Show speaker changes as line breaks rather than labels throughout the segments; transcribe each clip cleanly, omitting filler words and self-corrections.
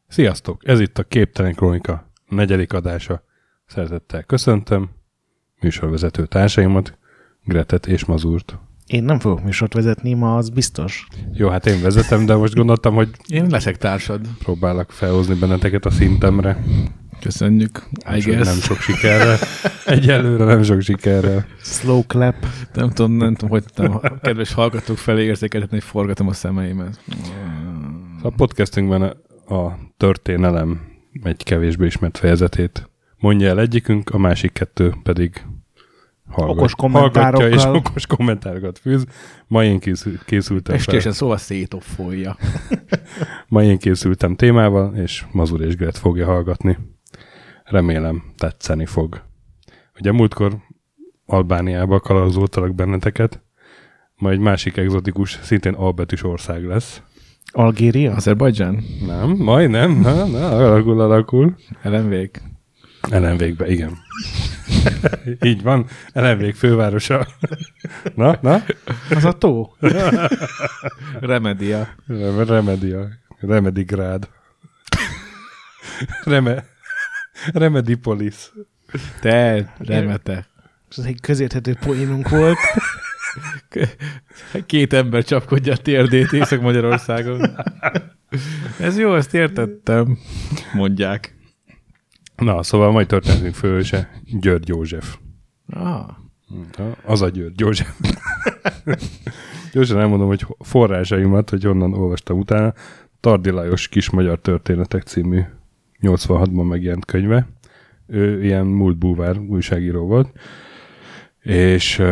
Sziasztok! Ez itt a Képtelen Krónika 4. adása. Szeretettel köszöntöm műsorvezető társaimat, Gretet és Mazurt.
Én nem fogok műsort vezetni ma, az biztos.
Jó, hát én vezetem, de most gondoltam, hogy
én leszek társad.
Próbálok felhozni benneteket a szintemre.
Köszönjük.
Nem sok sikerrel. Egyelőre nem sok sikerrel.
Slow clap.
Nem tudom, hogy a kedves hallgatók felé érzékelhetni, hogy forgatom a szemeimet.
A podcastünkben a történelem egy kevésbé ismert fejezetét mondja el egyikünk, a másik kettő pedig hallgatja és okos kommentárokat fűz. Ma én készültem
Estésen szóval szétoffolja.
Ma én készültem témával, és Mazur és Gret fogja hallgatni. Remélem tetszeni fog. Ugye múltkor Albániába kalauzoltalak benneteket, majd egy másik egzotikus, szintén albetűs ország lesz.
Algéria?
Azerbajdzsán?
Nem, majdnem. Na, alakul. Ellenvégbe, igen. Így van, Ellenvég fővárosa. Na?
Az a tó.
Remedia.
Remedigrad. Remedipolis.
Remete.
Ez egy közérthető poénunk volt.
2 ember csapkodja a térdét Észak-Magyarországon. Ez jó, ezt értettem. Mondják.
Na, szóval majd történetünk főhőse György József. Az a György József. Gyorsan elmondom, hogy forrásaimat, hogy honnan olvastam utána. Tardi Lajos Kis Magyar Történetek című 86-ban megjelent könyve. Ő ilyen múltbúvár újságíró volt, és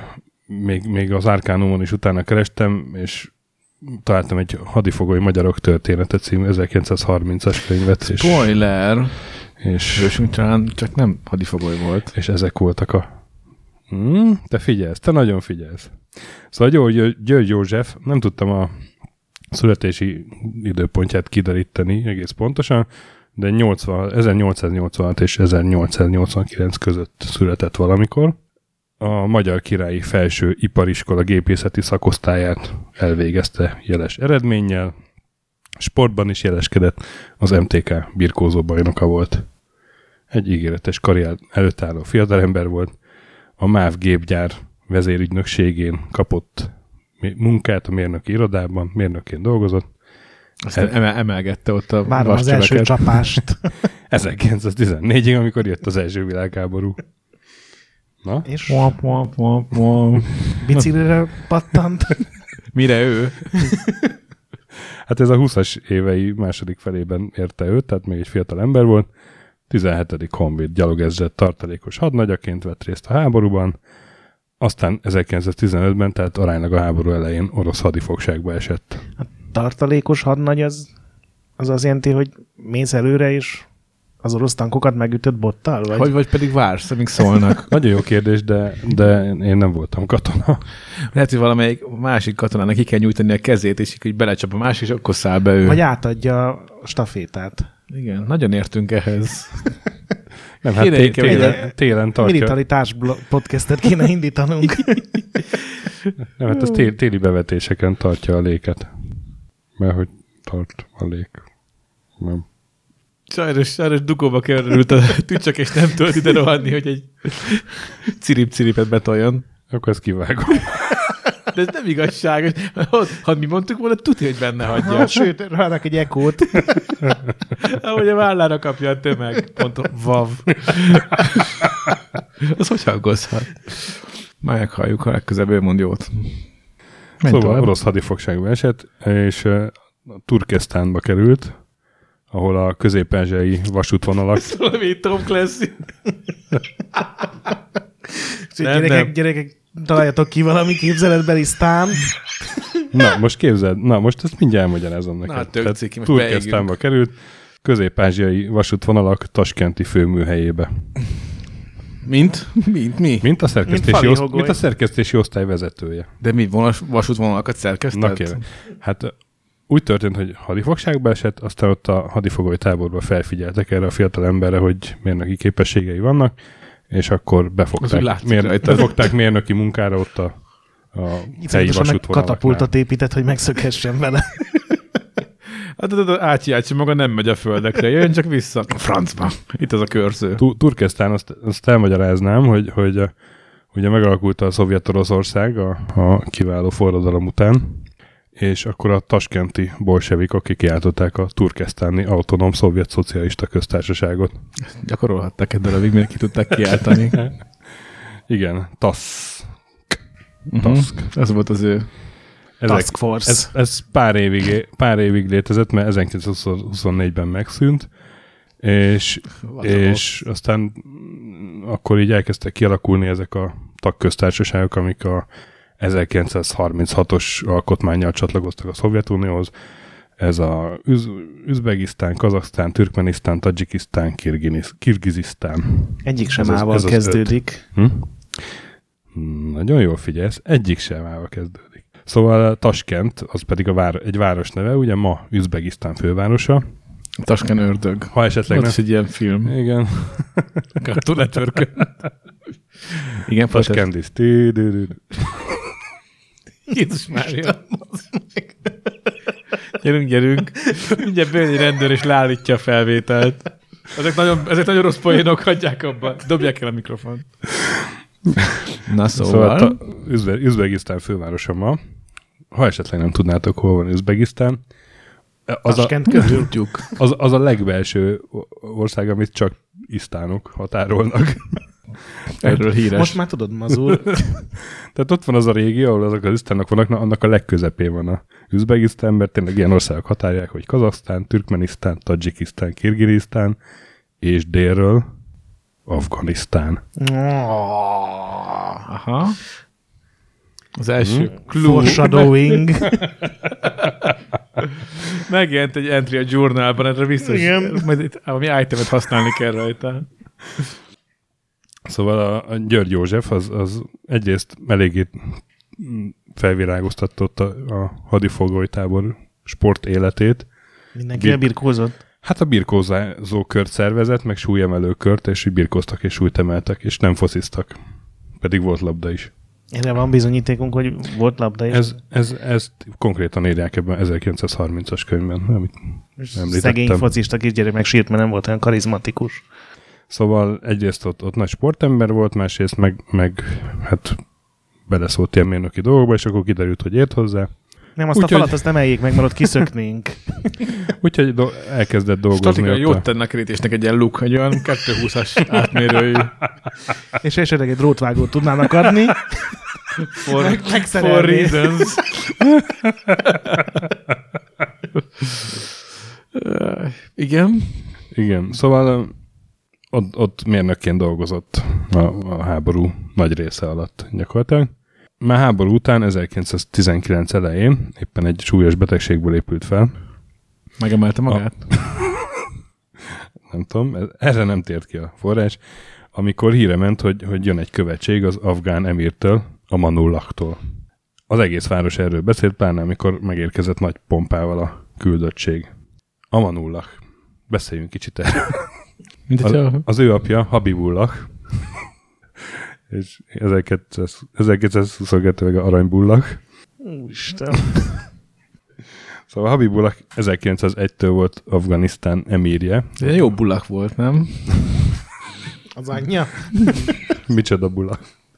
még az Arkánumon is utána kerestem, és találtam egy Hadifogoly Magyarok Története című 1930-as könyvet.
Spoiler! És talán csak nem hadifogoly volt.
És ezek voltak a... Te figyelsz, te nagyon figyelsz. Szóval György József, nem tudtam a születési időpontját kideríteni egész pontosan, de 1886 és 1889 között született valamikor. A Magyar Királyi Felső Ipariskola gépészeti szakosztályát elvégezte jeles eredménnyel. Sportban is jeleskedett, az MTK birkózó bajnoka volt. Egy ígéretes karrier előtt álló fiatalember volt. A MÁV gépgyár vezérügynökségén kapott munkát a mérnöki irodában, mérnökként dolgozott.
Aztán emelgette ott a
várom az első csapást.
1914-ig, amikor jött az első világháború. Na?
És biciklire pattant.
Mire ő?
Hát ez a 20-as évei második felében érte őt, tehát még egy fiatal ember volt. 17. Honvéd gyalogezred tartalékos hadnagyaként vett részt a háborúban, aztán 1915-ben, tehát aránylag a háború elején orosz hadifogságba esett.
A tartalékos hadnagy az azt jelenti, hogy mész előre és az orosz tankokat megütött bottal?
Vagy pedig vársz, amíg szólnak.
Nagyon jó kérdés, de én nem voltam katona.
Lehet, hogy valamelyik másik katonának ki kell nyújtani a kezét, és így belecsap a másik, és akkor száll be ő.
Vagy átadja a stafétát.
Igen, nagyon értünk ehhez.
Nem, hát télen tartja.
Militaritás podcastet kéne indítanunk.
Nem, hát az téli bevetéseken tartja a léket. Mert hogy tart a lék. Nem.
Sajnos dugóba került a tücsök, és nem tudod ide rohanni, hogy egy cirip-ciripet betoljon.
Akkor ezt kivágom.
De ez nem igazságos. Ha mi mondtuk volna, tudja, hogy benne hagyja.
Sőt, rának egy ekót.
Ahogy a vállára kapja a tömeg. Pont vav. Az hogy hangozhat? Már meghalljuk, ha legközelebb ő mond jót.
Szóval orosz hadifogságba esett, és Turkesztánba került, ahol a közép-ázsiai vasútvonalak...
Ez valami Tom Clancy.
Gyerekek, találjatok ki valami képzeletbeli sztánt.
Most ezt mindjárt elmagyarázom neked. Turkesztánba került, közép-ázsiai vasútvonalak taskenti főműhelyébe.
Mint? Mi?
Mint a szerkesztési osztály vezetője.
De mi, vasútvonalakat szerkesztett?
Na kérlek. Hát úgy történt, hogy hadifogságba esett, aztán ott a hadifogoly táborban felfigyeltek erre a fiatal emberre, hogy mérnöki képességei vannak, és akkor befogták mérnöki munkára ott a helyi vasútvonalaknál.
Katapultot épített, hogy megszökhessen vele.
Ácsi maga nem megy a földekre, jön csak vissza. Francba. Itt az a körző.
Turkesztán, azt elmagyaráznám, hogy ugye megalakult a Szovjet-Oroszország a kiváló forradalom után, és akkor a taskenti bolsevikok kikiáltották a turkesztáni autonóm szovjet szocialista köztársaságot.
Gyakorolhatták egy darabig, mert ki tudták kiáltani.
Igen, TASZ.
Ez volt az ő.
Task Force.
Ez pár évig létezett, mert 1924-ben megszűnt, és aztán akkor így elkezdtek kialakulni ezek a tagköztársaságok, amik a 1936-os alkotmánnyal csatlakoztak a Szovjetunióhoz. Ez a Üzbegisztán, Kazaksztán, Türkmenisztán, Tadzsikisztán, Kirgizisztán.
Egyik sem ával kezdődik.
Nagyon jól figyelsz, egyik sem ával kezdődik. Szóval Taskent, az pedig egy város neve, ugye ma Üzbegisztán fővárosa.
Taskent ördög.
Ha esetleg
nem. Ez egy ilyen film.
Igen.
Cartoon Network. Igen,
Taskent is.
Jézus Mária. Gyerünk. Mindjárt bejön egy rendőr és leállítja a felvételt. Ezek nagyon rossz poénok, hagyják abba. Dobják el a mikrofont. Na szóval
Üzbegisztán fővárosa ma. Ha esetleg nem tudnátok, hol van Üzbegisztán. Az a legbelső ország, amit csak isztánok határolnak.
Erről híres.
Most már tudod, Mazur.
Tehát ott van az a régió, ahol azok az isztánok vannak, annak a legközepén van a Üzbegisztán, mert tényleg ilyen országok határják, hogy Kazaksztán, Türkmenisztán, Tadzsikisztán, Kirgizisztán, és délről Afganisztán.
Aha. Az első
foreshadowing.
Megjelent egy entry a journalban, erre biztos.
Igen.
Majd itt valami itemet használni kell rajta.
Szóval a György József az egyrészt eléggé felvirágoztatott a hadifogolytábor sport életét.
Mindenki birkózott.
Hát a birkózó kört szervezett, meg súlyemelő kört, és így birkóztak és súlyt emeltek, és nem fosziztak. Pedig volt labda is.
Erre van bizonyítékunk, hogy volt labda is.
Ezt konkrétan írják ebben 1930-as könyvben, amit említettem.
Szegény focista kisgyerek meg sírt, mert nem volt olyan karizmatikus.
Szóval egyrészt ott nagy sportember volt, másrészt meg hát beleszólt ilyen mérnöki dolgokba, és akkor kiderült, hogy ért hozzá.
Nem, azt a falat azt emeljék meg, mert ott kiszöknénk.
Úgyhogy elkezdett dolgozni.
Statikai jót tenne a kerítésnek egy ilyen luk, egy olyan 220-as átmérőjű.
És esetleg egy drótvágót tudnának adni.
For reasons.
Igen, szóval ott mérnökként dolgozott a háború nagy része alatt gyakorlatilag. Már háború után, 1919 elején éppen egy súlyos betegségből épült fel.
Megemelte magát?
Nem tudom, erre nem tért ki a forrás. Amikor híre ment, hogy jön egy követség az afgán emírtől, a Manullahtól. Az egész város erről beszélt, pláne amikor megérkezett nagy pompával a küldöttség. A Manullah. Beszéljünk kicsit erről. Az ő apja Habibullah, és 1922 meg Aranybullah.
Úristen.
Szóval Habibullah 1901-től volt Afganisztán emírje.
De jó bulak volt, nem?
Az anyja?
Micsoda bullah?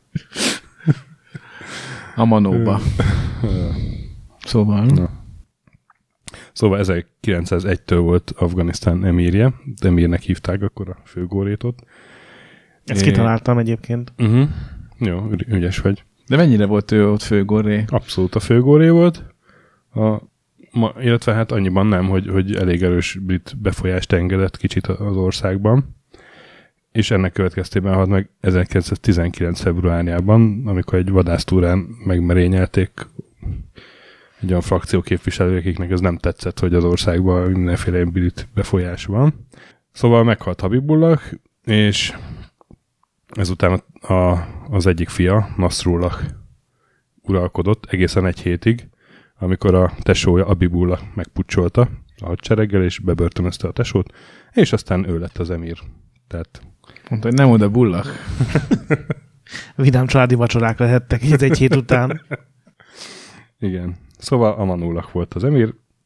A Manóba. Szóval...
Na. Szóval 1901-től volt Afganisztán emírje. Emírnek hívták akkor a főgórétot.
Ezt kitaláltam egyébként.
Jó, ügyes vagy.
De mennyire volt ő ott főgóré?
Abszolút a főgóré volt. Illetve hát annyiban nem, hogy elég erős brit befolyást engedett kicsit az országban. És ennek következtében halt meg 1919. februárjában, amikor egy vadásztúrán megmerényelték egy olyan frakció képviselő, akiknek ez nem tetszett, hogy az országban mindenféle brit befolyás van. Szóval meghalt Habibullah, és ezután az egyik fia, Nasrullah uralkodott egészen egy hétig, amikor a tesója Abibullah megpucsolta a hadsereggel, és bebörtönözte a tesót, és aztán ő lett az emír. Tehát...
Mondta, hogy nem oda Bullah.
Vidám családi vacsorák lehettek így egy hét után.
Igen. Szóval Amanullah volt az emír,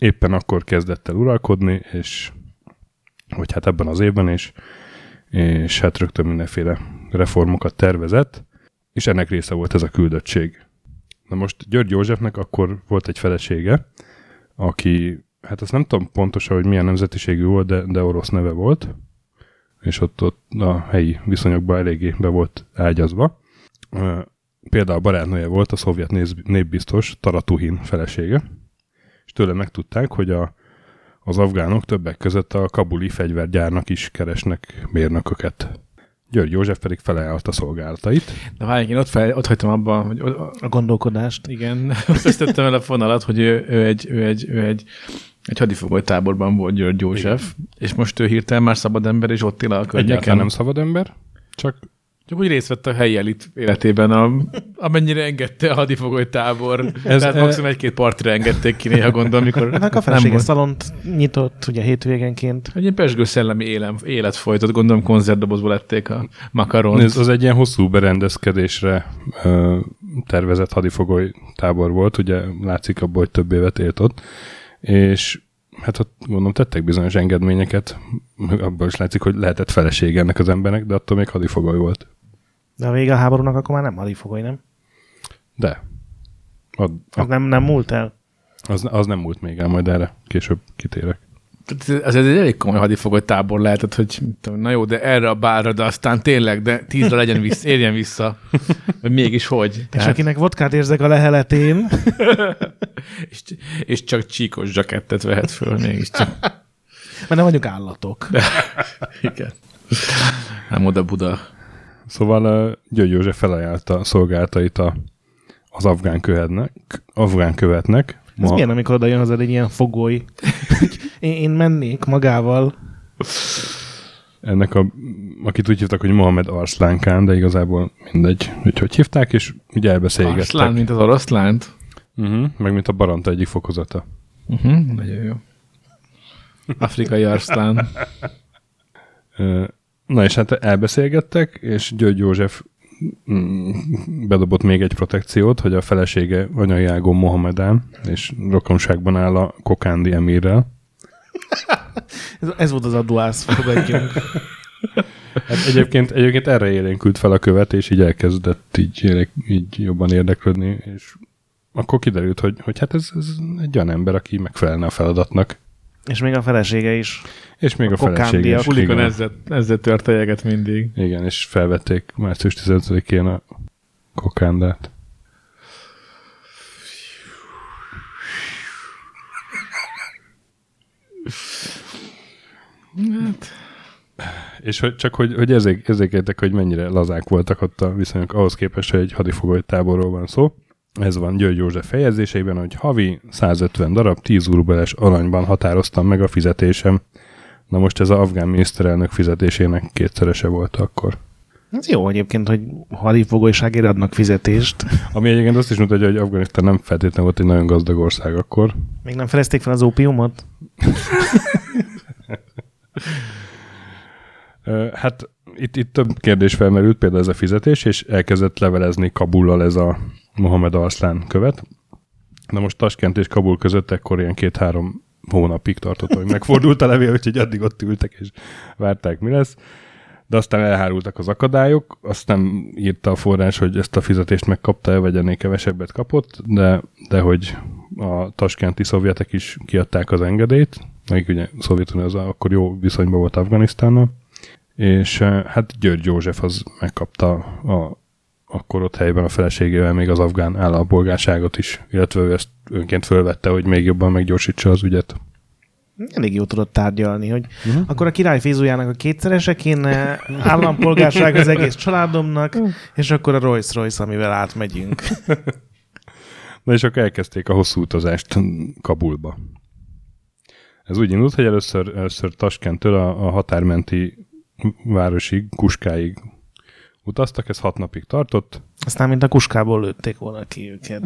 éppen akkor kezdett el uralkodni, és vagy hát ebben az évben is, és hát rögtön mindenféle reformokat tervezett, és ennek része volt ez a küldöttség. Na most György Józsefnek akkor volt egy felesége, aki, hát azt nem tudom pontosan, hogy milyen nemzetiségű volt, de orosz neve volt, és ott a helyi viszonyokban eléggé be volt ágyazva. Például a barátnője volt a szovjet népbiztos Taratuhin felesége, és tőle megtudták, hogy az afgánok többek között a kabuli fegyvergyárnak is keresnek mérnököket. György József pedig felajánlotta szolgálatait.
De várjunk, én ott hagytam abban, hogy
a gondolkodást.
Igen, azt vesztettem el a fonalat, hogy ő egy hadifogoly táborban volt György József, és most ő hirtelen már szabad ember, és ott él a környéken.
Egyáltalán nem szabad ember, csak
úgy részt vett a helyi elit életében, amennyire engedte a hadifogoly tábor. Tehát maximum egy-két partira engedték ki néha gondolom, amikor
Ennek a felesége szalont nyitott, ugye hétvégenként.
Egy ilyen pezsgő szellemi élet folytott, gondolom konzervdobozból ették a makaront.
Ez az egy ilyen hosszú berendezkedésre tervezett hadifogoly tábor volt, ugye látszik abból, hogy több évet élt ott, és hát ott gondolom tettek bizonyos engedményeket, abban is látszik, hogy lehetett felesége ennek az embernek, de attól még hadifogoly volt.
De a vége a háborúnak akkor már nem hadifogoly, nem?
De.
Az nem múlt el?
Az nem múlt még el, majd erre később kitérek.
Ez egy elég komoly hadifogoly tábor lehetett, hogy na jó, de erre a bárra, de aztán tényleg, de 10-re érjen vissza. Vagy mégis hogy?
És akinek vodkát érzek a leheletén.
és csak csíkos zsakettet vehet föl mégiscsak.
Mert nem vagyunk állatok.
Igen. Nem oda Buda.
Szóval György József felajánlta szolgálatait az afgán követnek.
Ez milyen, amikor oda jön hozzád egy ilyen fogoly? Én mennék magával.
Ennek akit úgy hívtak, hogy Mohamed Arslan Khan, de igazából mindegy, hogy hívták, és ugye elbeszélgettek.
Arslan, mint az oroszlánt?
Meg mint a Baranta egyik fokozata.
Nagyon jó. Afrikai Arslan.
Na és hát elbeszélgettek, és György József bedobott még egy protekciót, hogy a felesége anyai ágon Mohamedán, és rokonságban áll a kokándi emírrel.
Ez volt az adóász, fogadjunk.
Hát egyébként erre élénkült fel a követ, és így elkezdett így jobban érdeklődni, és akkor kiderült, hogy hát ez egy olyan ember, aki megfelelne a feladatnak.
És még a felesége is.
És még a felesége is.
Bulikon ezzel tört a jeget mindig.
Igen, és felvették március 15-én a kokándát.
Hát.
És hogy érzékeltek, hogy mennyire lazák voltak ott a viszonyok, ahhoz képest, hogy egy hadifogoly táborról van szó. Ez van György József fejezéseiben, hogy havi 150 darab 10 rubleles aranyban határoztam meg a fizetésem. Na most ez az afgán miniszterelnök fizetésének kétszerese volt akkor.
Ez jó egyébként, hogy hadifogolyságért adnak fizetést.
Ami egyébként azt is mutatja, hogy Afganisztán nem feltétlenül volt egy nagyon gazdag ország akkor.
Még nem felezték fel az ópiumot?
Hát itt több kérdés felmerült, például ez a fizetés, és elkezdett levelezni Kabullal ez a Mohamed Arslan követ. Na most Taskent és Kabul között ekkor ilyen 2-3 hónapig tartott, hogy megfordult a levél, úgyhogy addig ott ültek és várták, mi lesz. De aztán elhárultak az akadályok, azt nem írta a forrás, hogy ezt a fizetést megkapta-e, vagy ennél kevesebbet kapott, de hogy a taskenti szovjetek is kiadták az engedélyt, meg ugye Szovjetunió az akkor jó viszonyban volt Afganisztánnal, és hát György József az megkapta akkor ott helyben a feleségével még az afgán állampolgárságot is, illetve ő ezt önként fölvette, hogy még jobban meggyorsítsa az ügyet.
Elég jól tudott tárgyalni, hogy akkor a király fézújának a kétszerese kéne, állampolgárság az egész családomnak, és akkor a Rolls-Royce, amivel átmegyünk.
Na és akkor elkezdték a hosszú utazást Kabulba. Ez úgy indult, hogy először Taskenttől a határmenti városig, Kuskáig utaztak, ez 6 napig tartott.
Aztán mint a Kuskából lőtték volna ki őket.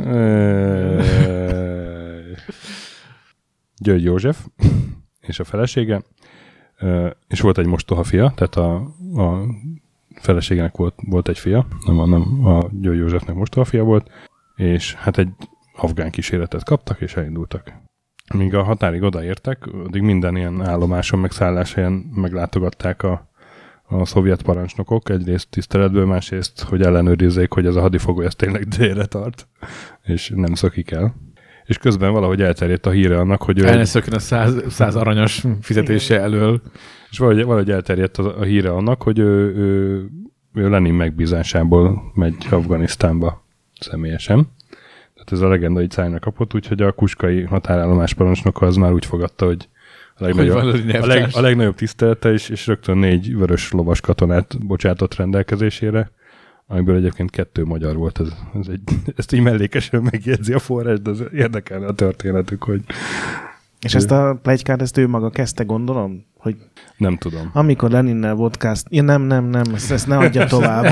György József és a felesége, és volt egy mostoha fia, tehát a feleségének volt egy fia, nem a György Józsefnek mostoha fia volt, és hát egy afgán kíséretet kaptak, és elindultak. míg a határig odaértek, addig minden ilyen állomáson, meg szálláshelyen meglátogatták a szovjet parancsnokok, egyrészt tiszteletből, másrészt, hogy ellenőrizzék, hogy ez a hadifogoly ez tényleg délre tart, és nem szakik el. És közben valahogy elterjedt a híre annak, hogy ő...
El ne szökjön a 100 aranyos fizetése elől.
És valahogy elterjedt a híre annak, hogy ő Lenin megbízásából megy Afganisztánba személyesen. Tehát ez a legenda így szájra kapott, úgyhogy a kuskai határállomás parancsnoka az már úgy fogadta, hogy a legnagyobb tisztelete és rögtön 4 vörös lovas katonát bocsátott rendelkezésére, amiből egyébként 2 magyar volt. Ezt így mellékesen megjegyzi a forrás, de ez érdekelne a történetük, hogy...
És ezt a pletykát, ezt ő maga kezdte, gondolom? Hogy
nem tudom.
Amikor Leninnel vodkázt... Ja, nem, ezt ne adja tovább.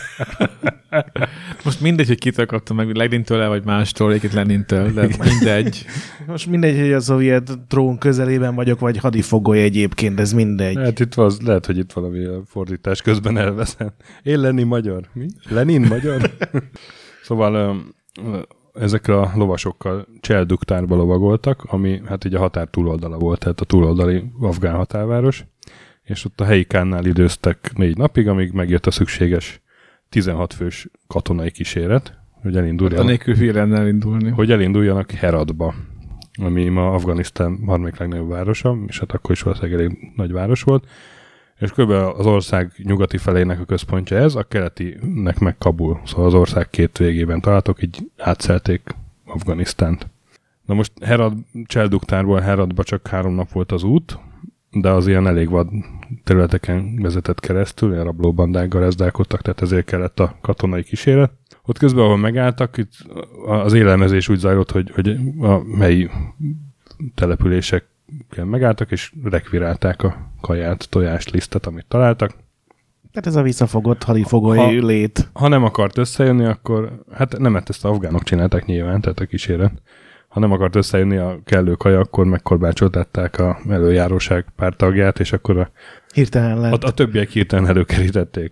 Most mindegy, hogy kitől kapta meg, Lenintől vagy mástól, egyébként Lenintől, de mindegy.
Most mindegy, hogy a szovjet trón közelében vagyok, vagy hadifogoly egyébként, ez mindegy.
Lehet, hogy itt valami fordítás közben elveszem. Én Lenin magyar. Mi? Lenin magyar? Szóval ezekre a lovasokkal Cselduktárba lovagoltak, ami hát így a határ túloldala volt, tehát a túloldali afgán határváros, és ott a helyi kánnál időztek 4 napig, amíg megjött a szükséges 16 fős katonai kíséret, hogy elinduljanak Heratba, ami ma Afganisztán harmadik legnagyobb városa, és hát akkor is valószínűleg elég nagy város volt, és kb. Az ország nyugati felének a központja ez, a keletinek meg Kabul, szóval az ország 2 végében találtok, így átszelték Afganisztánt. Na most Cselduktárból Heratba csak 3 nap volt az út, de az ilyen elég vad területeken vezetett keresztül, ilyen rablóbandák garázdálkodtak, tehát ezért kellett a katonai kíséret. Ott közben, ahol megálltak, itt az élelmezés úgy zajlott, hogy a helyi településeken megálltak, és rekvirálták a kaját, tojást, lisztet, amit találtak.
Tehát ez a visszafogott hadifogoly lét.
Ha nem akart összejönni, akkor, hát nem, ezt az afgánok csinálták nyilván, tehát a kíséret. Ha nem akart összejönni a kellő kaja, akkor megkorbácsoltatták a előjáróság pár tagját, és akkor a többiek hirtelen előkerítették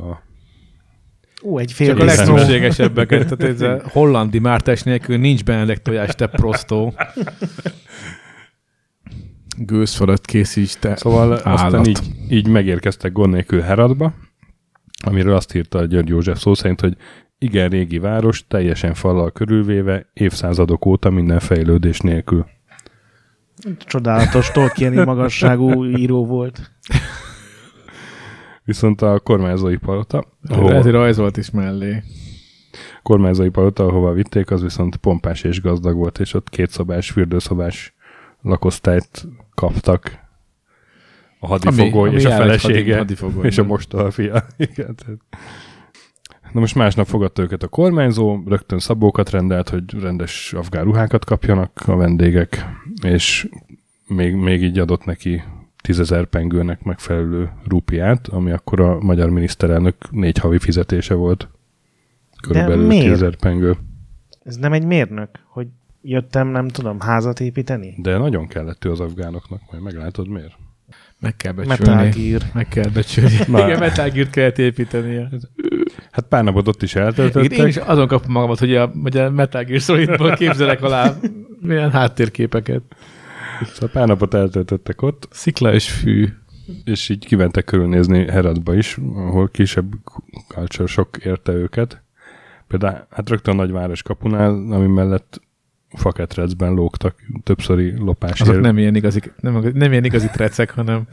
egy fél
a legszükségesebbeket, tehát ez a hollandi mártás nélkül nincs Benedek tojás, te prostó. Gőz fölött készíts, te
Szóval aztán így megérkeztek gond nélkül Heratba, amiről azt írta a György József szó szerint, hogy igen régi város, teljesen fallal körülvéve, évszázadok óta minden fejlődés nélkül.
Csodálatos, Tolkieni magasságú író volt.
Viszont a kormányzói palota...
Ez rajzolt is mellé.
Kormányzói palota, ahova vitték, az viszont pompás és gazdag volt, és ott 2 szobás, fürdőszobás lakosztályt kaptak a hadifogoly és a felesége, és a mostohafia. Igen, na most másnap fogadta őket a kormányzó, rögtön szabókat rendelt, hogy rendes afgán ruhákat kapjanak a vendégek, és még így adott neki 10 000 pengőnek megfelelő rúpiát, ami akkor a magyar miniszterelnök 4 havi fizetése volt. Körülbelül 10 000 pengő.
Ez nem egy mérnök, hogy jöttem, nem tudom, házat építeni?
De nagyon kellett ő az afgánoknak, majd meglátod miért.
Meg kell becsülni. Meg kell becsülni. Igen, Metal Gear-t kellett építenie.
Hát pár napot ott is eltöltöttek.
Én is azon kapom magamat, hogy a Metal Gear Solidból képzelek alá milyen háttérképeket.
Szóval pár napot eltöltöttek ott.
Szikla és fű.
És így kimentek körülnézni Heratba is, ahol kisebb culture shock érte őket. Például hát rögtön a nagyváros kapunál, ami mellett faketrecben lógtak többszöri lopásért.
Azok nem ilyen igazi trecek, hanem...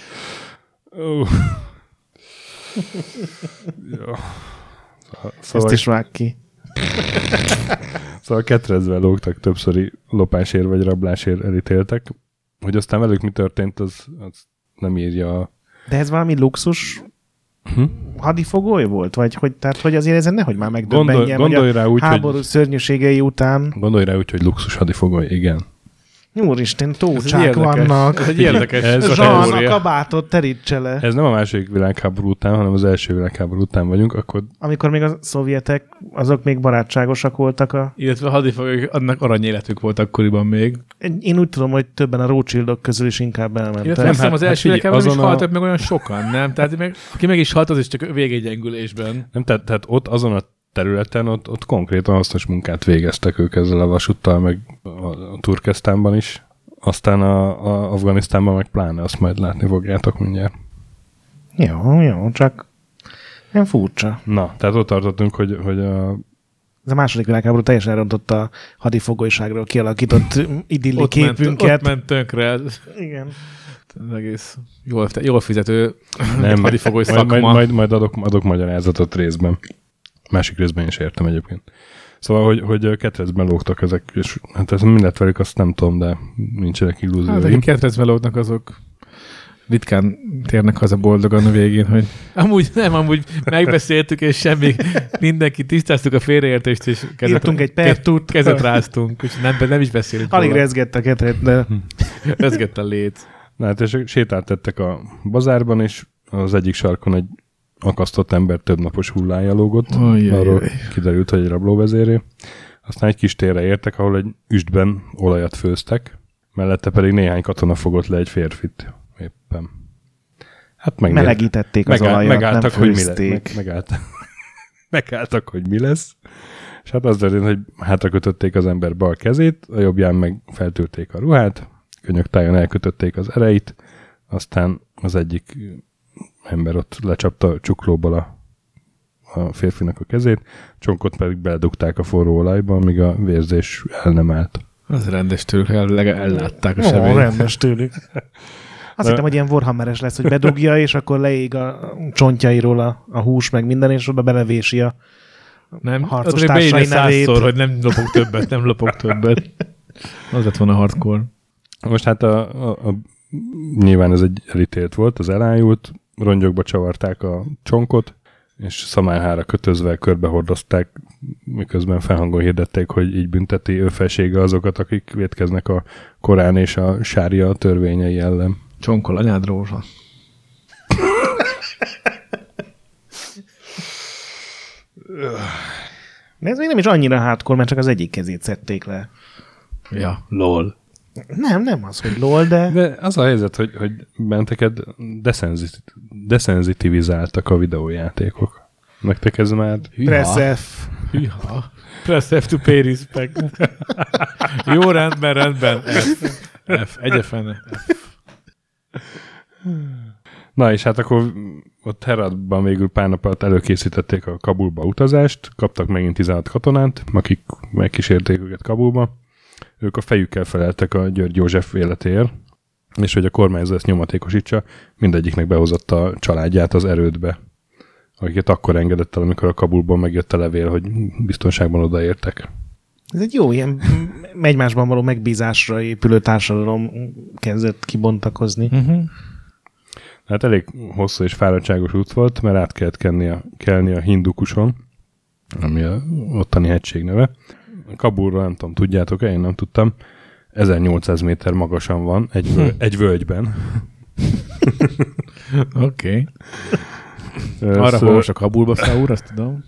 Ezt is vág ki.
Szóval ketrecben lógtak többszöri lopásért vagy rablásért elítéltek. Hogy aztán velük mi történt, az nem írja.
De ez valami luxus hadifogoly volt? Vagy hogy, tehát, hogy azért ezen nehogy már megdöbbenjen,
gondolj rá úgy,
háború szörnyűségei után.
Gondolj rá úgy, hogy luxus hadifogoly, igen.
Úristen, tócsák vannak.
Ez egy érdekes.
Zsan, a kabátot terítse le.
Ez nem a második világháború után, hanem az első világháború után vagyunk.
Amikor még a szovjetek, azok még barátságosak voltak.
Illetve a hadifogolyok, annak aranyéletük volt akkoriban még.
Én úgy tudom, hogy többen a Rothschildok közül is inkább elmentek.
Illetve nem, az első világháborúban is haltak meg olyan sokan, nem? Tehát aki meg is halt, az is csak végegyengülésben.
Nem, tehát ott azon a területen ott konkrétan hasznos munkát végeztek ők ezzel a vasúttal, meg a Turkesztánban is. Aztán a Afganisztánban meg pláne, azt majd látni fogjátok mindjárt.
Jó, csak nem furcsa.
Na, tehát ott tartottunk, hogy
Ez a második világháború teljesen elrontotta a hadifogolyságról kialakított idilli képünket.
Ott ment tönkre.
Igen.
Az egész jól fizető hadifogoly szakma.
Majd adok magyarázatot részben. Másik részben is értem egyébként. Szóval, hogy ketrecben lógtak ezek, és hát ez mi lett velük, azt nem tudom, de nincsenek illúzióim.
Hát, akik ketrecben lógnak, azok ritkán térnek haza boldogan a végén, hogy amúgy megbeszéltük, és semmi, mindenki tisztáztuk a félreértést, és kezet ráztunk, úgyhogy nem is beszélünk.
Alig rezgett a ketret, de...
Rezgett a lét.
Na hát, és sétált tettek a bazárban, és az egyik sarkon egy akasztott ember több napos hullája lógott. Arról kiderült, hogy egy rablóvezéré. Aztán egy kis térre értek, ahol egy üstben olajat főztek, mellette pedig néhány katona fogott le egy férfit. Éppen. Hát
melegítették az olajat,
megálltak,
nem főzték.
Megálltak, hogy mi lesz. És hát az történt, hogy hátra kötötték az ember bal kezét, a jobbján meg feltűrték a ruhát, könyöktájon elkötötték az ereit, aztán az egyik ember ott lecsapta csuklóból a férfinak a kezét, csonkot pedig beledugták a forró olajba, amíg a vérzés el nem állt.
Az rendes tőlük, ellátták a sebélyt.
Rendes tőlük. Azt hittem, hogy ilyen Warhammeres lesz, hogy bedugja, és akkor leég a csontjairól a hús, meg minden, és oda belevési a harcos társai nevét.
Hogy nem lopok többet. Az lett volna hardcore.
Most hát nyilván ez egy elítélt volt, az elájult, rongyokba csavarták a csonkot, és szamárhára kötözve körbehordozták, miközben felhangon hirdették, hogy így bünteti ő felsége azokat, akik vétkeznek a Korán és a sária törvényei ellen.
Csonkol anyád rózsa.
De ez még nem is annyira hardcore, mert csak az egyik kezét szedték le.
Ja, lol.
Nem az, hogy lol, de...
De az a helyzet, hogy benteket deszenzitivizáltak a videójátékok. Nektek ez már...
Press F.
Press F to pay respect. Jó, rendben. F. Egyefene.
Na és hát akkor ott Heratban végül pár nap alatt előkészítették a Kabulba utazást, kaptak megint 16 katonát, akik megkísérték őket Kabulba. Ők a fejükkel feleltek a György József életéért, és hogy a kormányzó ezt nyomatékosítsa, mindegyiknek behozott a családját az erődbe, akiket akkor engedett el, amikor a Kabulból megjött a levél, hogy biztonságban odaértek.
Ez egy jó, ilyen egymásban való megbízásra épülő társadalom kezdett kibontakozni.
Hát elég hosszú és fáradtságos út volt, mert át kellett kelni a Hindukuson, ami a ottani hegység neve. Kabulról nem tudom, tudjátok-e? Én nem tudtam. 1800 méter magasan van, egy völgyben.
Oké. Arra fogos a Kabulba Saur, azt tudom.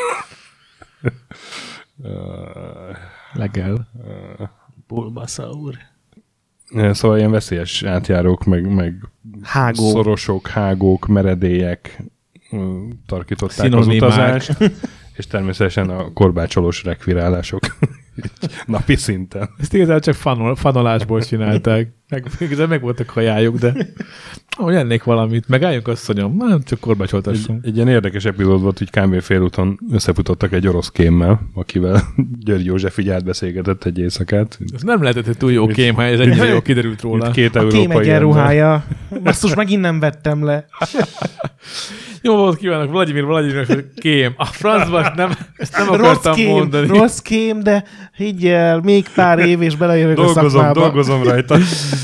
Legel.
Bulba Saur.
Szóval ilyen veszélyes átjárók, meg szorosok, hágók, meredélyek tarkították az utazást. És természetesen a korbácsolós rekvirálások napi szinten.
Ezt igazából csak fanolásból csinálták. Meg voltak hajájuk, de hogy ennék valamit. Megálljunk, asszonyom, nem csak korbácsoltassunk.
Egy ilyen érdekes epizód volt, hogy kb. Félúton összefutottak egy orosz kémmel, akivel György József így átbeszélgetett egy éjszakát.
Ez nem lehetett egy túl jó kém, ha ez ennyire jó kiderült róla.
A kém egyenruhája. Basszus, megint nem vettem le.
Jó volt, kívánok, Vladimir, kém. A francban ezt nem akartam mondani.
Rossz kém, de higgyel, még pár év, és belejövök a szakmába.
Dolgozom rajta.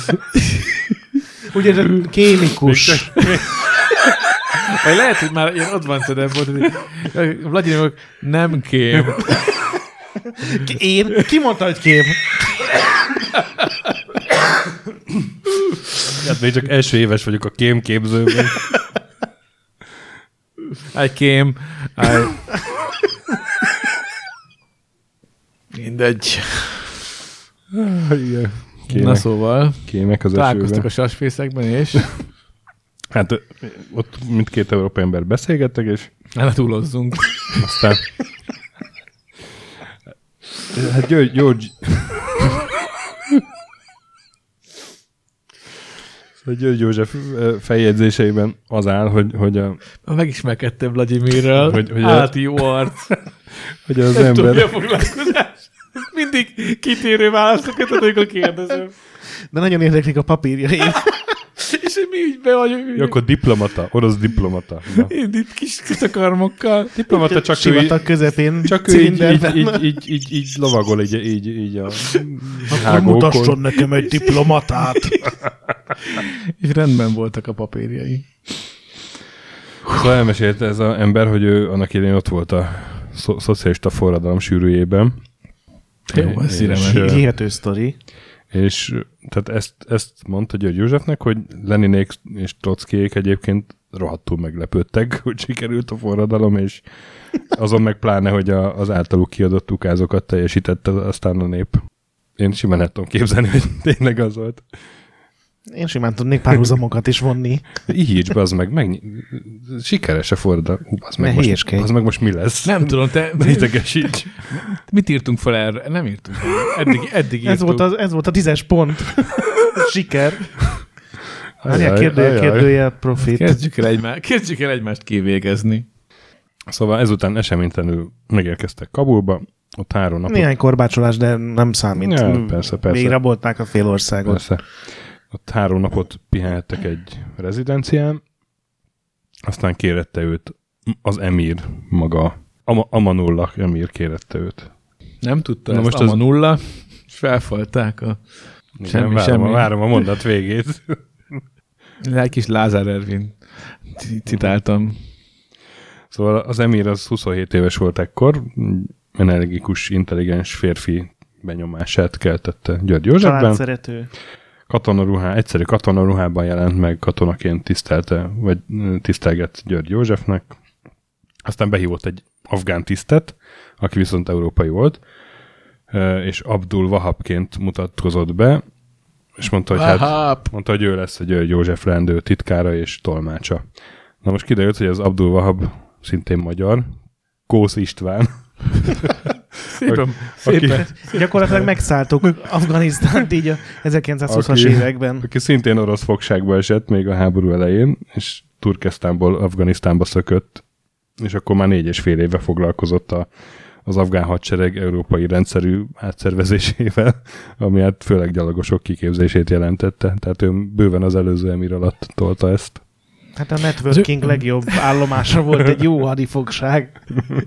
Ugye ez kémikus.
Vagy lehet, hogy már ilyen advanced volt, hogy Vladimir nem kém.
Én? Ki mondta, hogy kém?
Hát még csak első éves vagyok a kémképzőben.
I came. Mindegy.
Kémek.
Na szóval.
Kémek az
találkoztak a sasfészekben, és...
Hát ott mindkét európai ember beszélgettek, és...
Ne túlozzunk.
Aztán Hát György József feljegyzéseiben az áll, hogy
megismerkedtem Vlagyimirrel, hogy jó arc.
Hogy az ember...
Tudja a foglalkozás. Mindig kitérő válaszokat adok a kérdezőm.
De nagyon érdeklik a papírjaim.
És hogy mi ügyben vagyok.
Ja, akkor diplomata, orosz diplomata.
Én itt kis takarmokkal.
Diplomata csak
sivatag közepén.
Csak ő így lovagol, így a
akkor mutasson nekem egy diplomatát.
És rendben voltak a papírjai.
Szóval elmesélte ez az ember, hogy ő annak idején ott volt a szocialista forradalom sűrűjében.
Jó, ez szíremen.
Hihető sztori.
És tehát ezt mondta György Józsefnek, hogy Leninék és Trockiék egyébként rohadtul meglepődtek, hogy sikerült a forradalom, és azon meg pláne, hogy az általuk kiadott ukázokat teljesítette aztán a nép. Én simán el tudom képzelni, hogy tényleg az volt.
Én simán tudnék párhuzamokat is vonni.
Így, bazd meg sikeres a forradalom. Az meg most mi lesz?
Nem tudom, te...
Idegesíts.
Mit írtunk fel erre? Nem írtunk. Eddig írtunk.
Ez volt a 10-es pont. Siker. Kérdője profit.
Kezdjük el egymást kivégezni.
Szóval ezután eseménytelenül megérkeztek Kabulba, ott 3 napot...
Néhány korbácsolás, de nem számít.
Ja, persze.
Még rabolták a fél országot.
Persze. Ott 3 napot pihenhettek egy rezidencián, aztán kérette őt az emír maga. Amanullah emír kérette őt.
Nem tudta ezt most Amanullah, és felfalták a...
Igen, várom a mondat végét.
Egy kis Lázár Ervin citáltam.
Szóval az emír az 27 éves volt ekkor, energikus, intelligens férfi benyomását keltette György Józsefben.
Családszerető.
Egyszerű katonaruhában jelent meg, katonaként tisztelgett György Józsefnek. Aztán behívott egy afgán tisztet, aki viszont európai volt, és Abdul Wahabként mutatkozott be, és mondta, hogy ő lesz a György József leendő titkára és tolmácsa. Na most kiderült, hogy az Abdul Wahab szintén magyar, Kósz István.
Szépen. Gyakorlatilag megszálltuk Afganisztánt így a 1920-as években.
Aki szintén orosz fogságba esett még a háború elején, és Turkesztánból Afganisztánba szökött, és akkor már 4,5 éve foglalkozott az afgán hadsereg európai rendszerű átszervezésével, ami hát főleg gyalogosok kiképzését jelentette. Tehát ő bőven az előző emír alatt tolta ezt.
Hát a networking legjobb állomása volt egy jó hadifogság.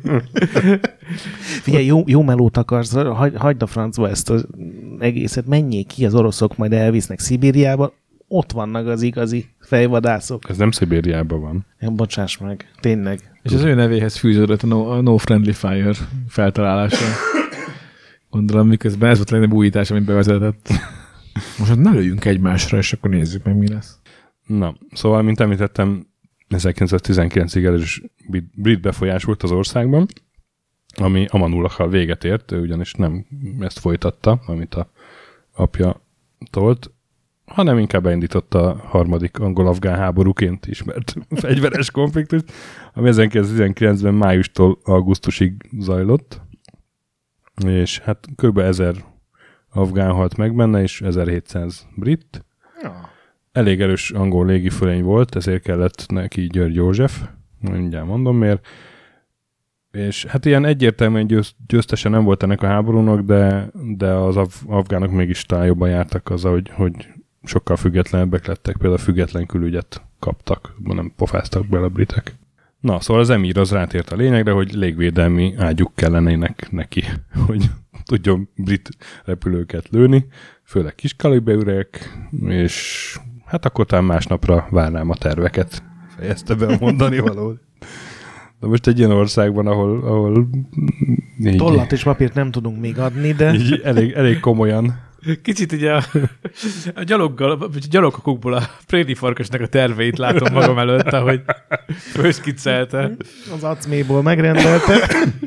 Figyelj, jó melót akarsz, hagyd a francba ezt az egészet, menjék ki, az oroszok majd elvisznek Szibériába, ott vannak az igazi fejvadászok.
Ez nem Szibériában van.
Bocsáss meg, tényleg.
És az ő nevéhez fűződött a No Friendly Fire feltalálása. Gondolom, miközben ez volt a legnagyobb újítás, amit bevezetett. Most ne lőjünk egymásra, és akkor nézzük meg, mi lesz.
Na, szóval, mint említettem, 1919-ig erős brit befolyás volt az országban, ami Amanullakkal véget ért, ő ugyanis nem ezt folytatta, amit a apja tolt, hanem inkább beindította a harmadik angol-afgán háborúként ismert fegyveres konfliktust, ami 1919-ben májustól augusztusig zajlott, és hát kb. 1000 afgán halt meg benne, és 1700 brit. Ja. Elég erős angol légifölény volt, ezért kellett neki György József, mindjárt mondom miért. És hát ilyen egyértelműen győztese nem volt ennek a háborúnak, de az afgánok mégis talán jobban jártak azzal, hogy sokkal függetlenebbek lettek, például független külügyet kaptak, nem pofáztak bele a britek. Na, szóval az emír az rátért a lényegre, hogy légvédelmi ágyuk kellenének neki, hogy tudjon brit repülőket lőni, főleg kiskaliberűek, és hát akkor talán másnapra várnám a terveket, fejezte be a mondani valót. De most egy ilyen országban, ahol
tollat és papírt nem tudunk még adni, de...
elég komolyan.
Kicsit így a gyalogkakukból a Prédi Farkasnak a terveit látom magam előtt, ahogy főszkiccelte.
Az acméból megrendelte.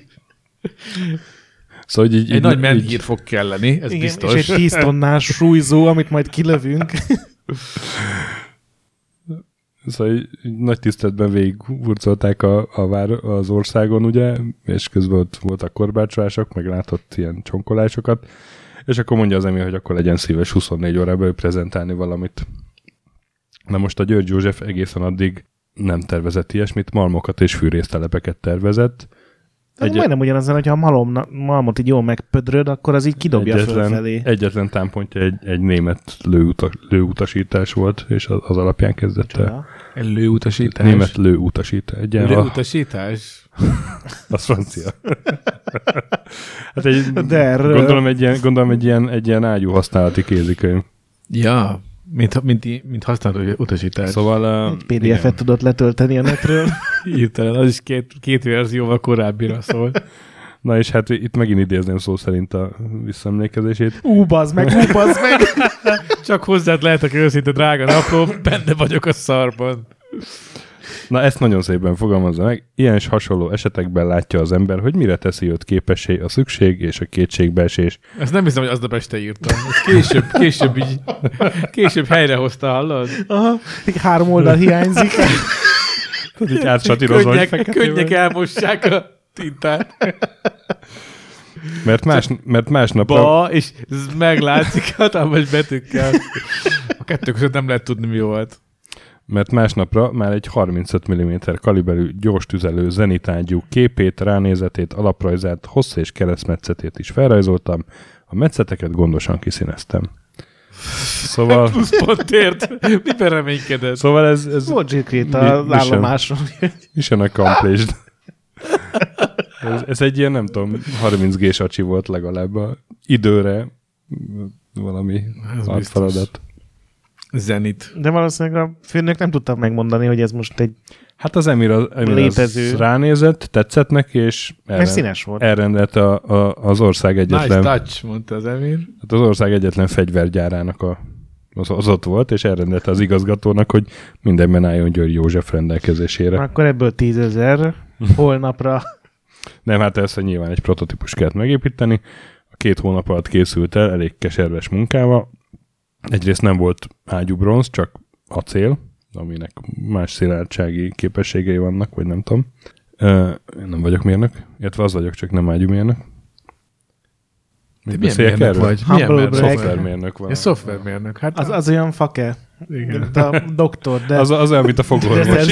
Szóval így,
egy nagy menhír fog kelleni, ez igen, biztos.
És egy 10 tonnás súlyzó, amit majd kilövünk.
Szóval nagy tiszteletben végigurcolták az országon, ugye, és közben ott voltak korbácsolások, meg látott ilyen csonkolásokat, és akkor mondja az Emil, hogy akkor legyen szíves 24 órában prezentálni valamit. Na most a György József egészen addig nem tervezett ilyesmit, malmokat és fűrésztelepeket tervezett.
Majdnem ugyanazon, hogyha a malmot így jól megpödröd, akkor az így kidobja fölfelé.
Egyetlen támpontja egy német lőutasítás volt, és az alapján kezdett el.
Egy lőutasítás?
Német lőutasítás.
Lőutasítás?
Az francia. Hát gondolom egy ilyen ágyú használati kézikönyv.
Ja, mint használható utasítás.
Szóval...
PDF-et tudott letölteni a netről.
Hirtelen, az is két verzióval korábbira szól.
Na és hát itt megint idézném szó szerint a visszaemlékezését.
Bazd meg!
Csak hozzád lehetek őszinte, drága napló, benne vagyok a szarban.
Na ezt nagyon szépen fogalmazza meg. Ilyen és hasonló esetekben látja az ember, hogy mire teszi őt képessé a szükség és a kétségbeesés.
Ezt nem hiszem, hogy aznap este írtam. Később helyrehozta, hallod?
Aha, 3 oldal hiányzik.
Így átsatírozva,
könnyek elmossák a tintát.
Mert másnap...
és ez meglátszik hatalmas betűkkel. A kettő között nem lehet tudni, mi volt.
Mert másnapra már egy 35 mm kaliberű gyors tüzelő zenitágyú képét, ránézetét, alaprajzát, hossz és keresztmetszetét is felrajzoltam, a metszeteket gondosan kiszíneztem. Szóval...
Plusz pontért. Miben reménykedett?
Szóval ez
volt zsírkét az állomáson.
Mission accomplished. Ez egy ilyen, nem tudom, 30G-s acsi volt legalább a időre valami feladat.
Zenit.
De valószínűleg a főnök nem tudta megmondani, hogy ez most egy
hát az Emir az ránézett, tetszett neki, és elrendelte az ország egyetlen...
Nice touch, mondta az Emir.
Hát az ország egyetlen fegyvergyárának az ott volt, és elrendelte az igazgatónak, hogy mindenben álljon György József rendelkezésére.
Akkor ebből 10 000 holnapra...
Nem, hát ezt nyilván egy prototípus kellett megépíteni. A 2 hónap alatt készült el, elég keserves munkával. Egyrészt nem volt ágyúbronz, csak acél, aminek más szilárdsági képességei vannak, vagy nem tudom. Én nem vagyok mérnök, illetve az vagyok, csak nem ágyúmérnök.
Milyen mérnök vagy?
Szoftvermérnök van.
Szoftvermérnök. Hát
az olyan fake.
Igen.
Mint a doktor. De...
Az olyan, mint a fogorvos.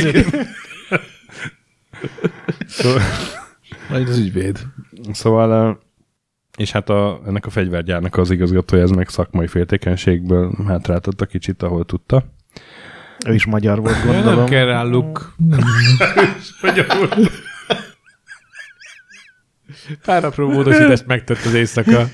Majd az ügyvéd.
Szóval... És hát ennek a fegyvergyárnak az igazgatója, ez meg szakmai féltékenységből hátráltatta kicsit, ahol tudta.
Ő is magyar volt, gondolom.
Nem kell ráluk. Pár apró módosítást megtett az éjszaka.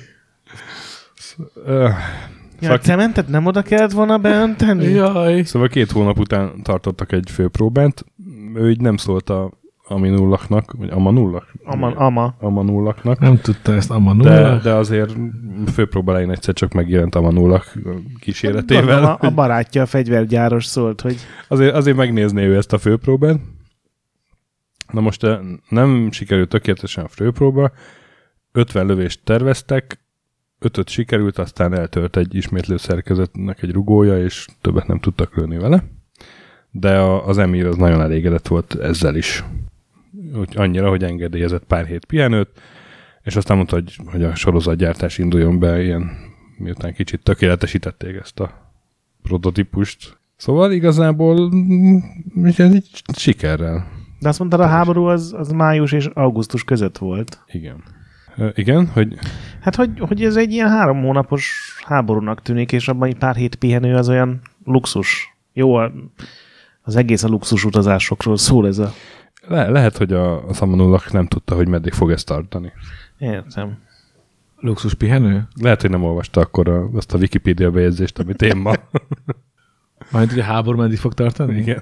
A cementet nem oda kellett volna beönteni?
Jaj.
Szóval 2 hónap után tartottak egy főpróbát. Ő így nem szólt a Aminullaknak, vagy Amanullak? Amanullaknak.
Nem tudta ezt Amanullak.
De azért főpróba elején egyszer csak megjelent Amanullak kíséretével.
A barátja, a fegyvergyáros szólt, hogy...
Azért megnézné ő ezt a főpróbát. Na most nem sikerült tökéletesen a főpróba. 50 lövést terveztek, 5-öt sikerült, aztán eltört egy ismétlő szerkezetnek egy rugója, és többet nem tudtak lőni vele. De az Emir az nagyon elégedett volt ezzel is. Úgy annyira, hogy engedélyezett pár hét pihenőt, és aztán mondta, hogy a sorozatgyártás induljon be ilyen, miután kicsit tökéletesítették ezt a prototípust. Szóval igazából egy sikerrel.
De azt mondtad, a háború az május és augusztus között volt.
Igen. Igen, hogy...
Hát, hogy ez egy ilyen 3 hónapos háborúnak tűnik, és abban egy pár hét pihenő az olyan luxus. Jó, az egész a luxus utazásokról szól ez a...
Lehet, hogy a Amanullak nem tudta, hogy meddig fog ezt tartani.
Értem.
Luxus pihenő?
Lehet, hogy nem olvasta akkor azt a Wikipédia bejegyzést, amit én ma.
Majd ugye a háború meddig fog tartani?
Igen.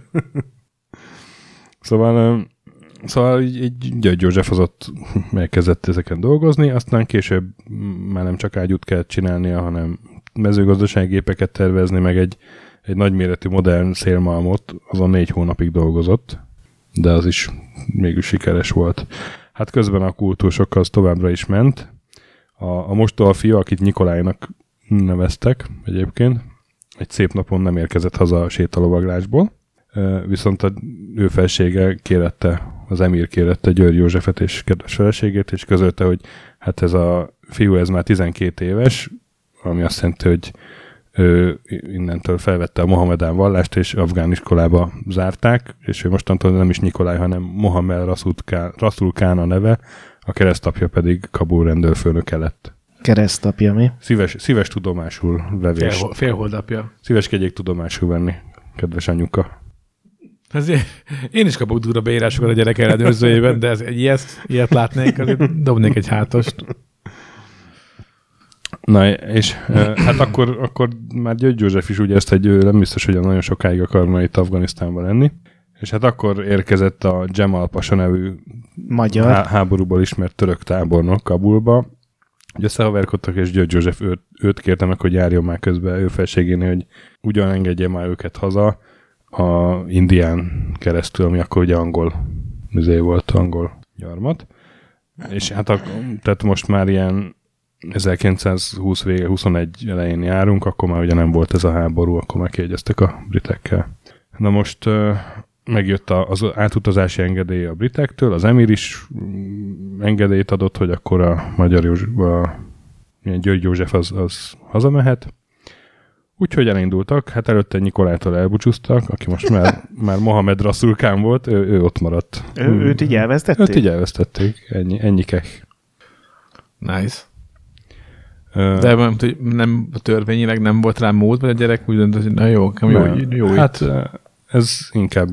Szóval így György József az ott elkezdett ezeken dolgozni, aztán később már nem csak ágyút kellett csinálnia, hanem mezőgazdasági gépeket tervezni, meg egy nagyméretű modern szélmalmot, azon 4 hónapig dolgozott, de az is mégis sikeres volt. Hát közben a kultúrsok az továbbra is ment. A mostoha fia, akit Nikolájnak neveztek egyébként, egy szép napon nem érkezett haza a sétalovaglásból. viszont ő felsége kérette, az emír kérette György Józsefet és kedves feleségét, és közölte, hogy hát ez a fiú ez már 12 éves, ami azt jelenti, hogy ő innentől felvette a mohamedán vallást, és afgán iskolába zárták, és ő mostantól nem is Nikolaj, hanem Mohamed Rasul Khan a neve, a keresztapja pedig Kabul rendőrfőnöke lett.
Keresztapja mi?
Szíves tudomásul vevés.
Félholdapja.
Szíveskedjék tudomásul venni, kedves anyuka.
Én is kapok durva beírásokat a gyerek ellenőrzőjében, de ez ilyet látnék, azért dobnék egy hátast.
Na, és hát akkor már György József is úgy ezt nem biztos, hogy nagyon sokáig akarna itt Afganisztánban lenni. És hát akkor érkezett a Jemal Pasha nevű
magyar
háborúból ismert török tábornok Kabulba. Ugye összehaverkodtak, és György József őt kérte meg, hogy járjon már közben ő felségénél, hogy ugyan engedje már őket haza a Indián keresztül, ami akkor ugye angol gyarmat. És hát tehát most már ilyen 1920 vége, 21 elején járunk, akkor már ugye nem volt ez a háború, akkor már kiegyeztek a britekkel. Na most megjött az átutazási engedély a britektől, az emír is engedélyt adott, hogy akkor a György József az hazamehet. Úgyhogy elindultak, hát előtte Nikolájtól elbúcsúztak, aki most már Mohamed Rasul Khan volt, ő ott maradt.
Őt így elvesztették?
Őt így elvesztették, ennyikek.
Nice. De nem törvényileg nem volt rá mód, vagy a gyerek úgy döntött, hogy na jó
hát ez inkább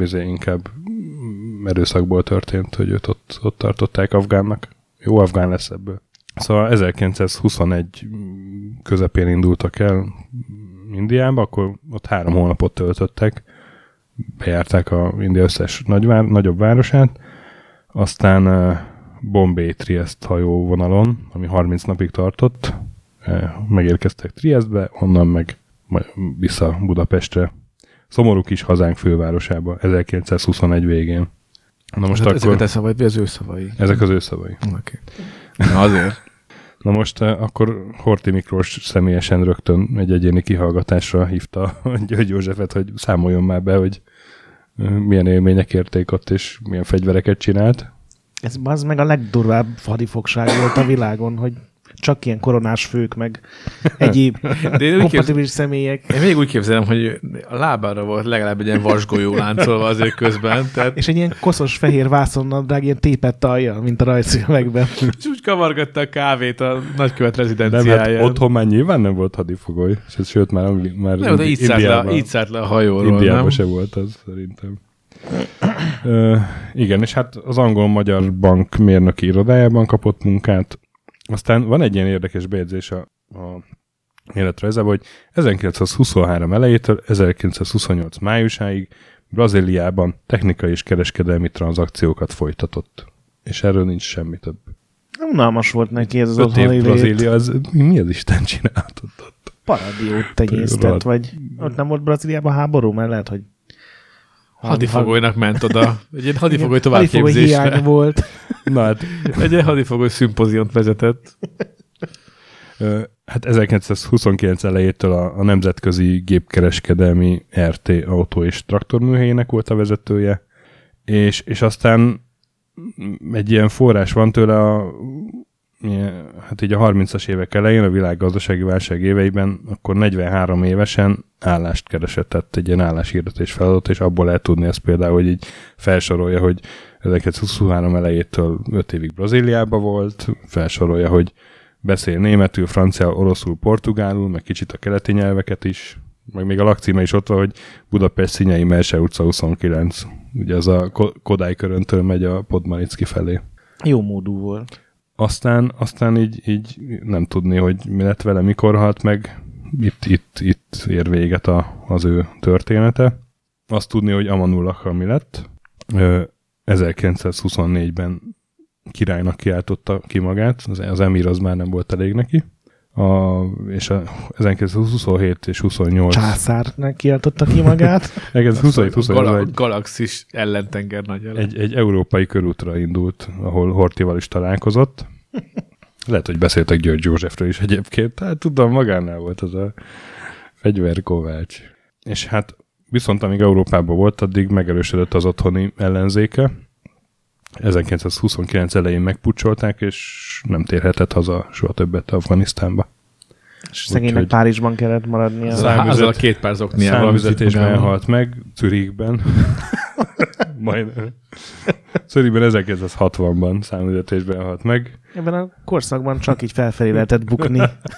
erőszakból történt, hogy őt ott tartották afgánnak. Jó afgán lesz ebből. Szóval 1921 közepén indultak el Indiába, akkor ott 3 hónapot töltöttek, bejárták a India összes nagyobb városát, aztán Bombay-Triest hajóvonalon, ami 30 napig tartott, megérkeztek Triestbe, onnan meg vissza Budapestre. Szomorú kis hazánk fővárosába, 1921 végén. Na most
akkor... Ezek a te szavaid, vagy az ő szavai?
Ezek az ő szavai.
Okay. Na azért.
Na most akkor Horthy Miklós személyesen rögtön egy egyéni kihallgatásra hívta György Józsefet, hogy számoljon már be, hogy milyen élmények érték ott, és milyen fegyvereket csinált.
Ez az meg a legdurvább hadifogság volt a világon, hogy csak ilyen koronás fők, meg egyéb kompatibilis személyek.
Én még úgy képzelem, hogy a lábára volt legalább egy ilyen vasgolyó láncolva azért közben. Tehát...
És egy ilyen koszos fehér vászonnadrág, ilyen tépett alja, mint a rajzfilmekben.
És úgy kavargatta a kávét a nagykövet rezidenciáján.
Nem, hát otthon már nyilván nem volt hadifogoly, sőt már
nem, de így szállt le a hajóról.
Indiában se volt az, szerintem. Igen, és hát az angol-magyar bank mérnöki irodájában kapott munkát. Aztán van egy ilyen érdekes bejegyzés a életrajzában, hogy 1923 elejétől 1928 májusáig Brazíliában technikai és kereskedelmi tranzakciókat folytatott. És erről nincs semmi több.
Unalmas volt neki ez az
5 év Brazília, mi az Isten csináltott ott?
Paradiót tenyésztett, vagy ott nem volt Brazíliában háború, mert lehet, hogy
hadifogolynak ment oda. Egy ilyen hadifogoly továbbképzésre.
Hadifogoly hiány volt.
Na hát.
Egy ilyen hadifogoly szimpoziont vezetett.
Hát 1929 elejétől a Nemzetközi Gépkereskedelmi RT autó- és traktorműhelyének volt a vezetője, és aztán egy ilyen forrás van tőle hát így a 30-as évek elején, a világgazdasági válság éveiben, akkor 43 évesen állást keresett, tehát egy ilyen álláshirdetés feladott, és abból lehet tudni ezt például, hogy így felsorolja, hogy 1923 elejétől 5 évig Brazíliában volt, felsorolja, hogy beszél németül, franciául, oroszul, portugálul, meg kicsit a keleti nyelveket is, meg még a lakcíme is ott van, hogy Budapest Szinyei Merse utca 29. Ugye az a Kodály köröntől megy a Podmanicki felé.
Jó módú volt.
Aztán így nem tudni, hogy mi lett vele, mikor halt meg. Itt ér véget az ő története. Azt tudni, hogy Amanullah mi lett. 1924-ben királynak kiáltotta ki magát. Az emír az már nem volt elég neki. És 1927 és 28...
Császárnak kiáltotta ki magát.
27
Galaxis ellentenger nagy.
Egy európai körútra indult, ahol Horthyval is találkozott. Lehet, hogy beszéltek György Józsefről is egyébként. Hát tudom, magánál volt az a fegyverkovács. És hát Viszont amíg Európában volt, addig megerősödött az otthoni ellenzéke. 1929 elején megpucsolták, és nem térhetett haza soha többet Afganisztánba.
És szegénynek Párizsban kellett maradnia.
Azzal a 2 pár zokniával.
Számüzetésben halt meg, Zürichben. Zürichben 1960-ban számüzetésben halt meg.
Ebben a korszakban csak így felfelé lehetett bukni.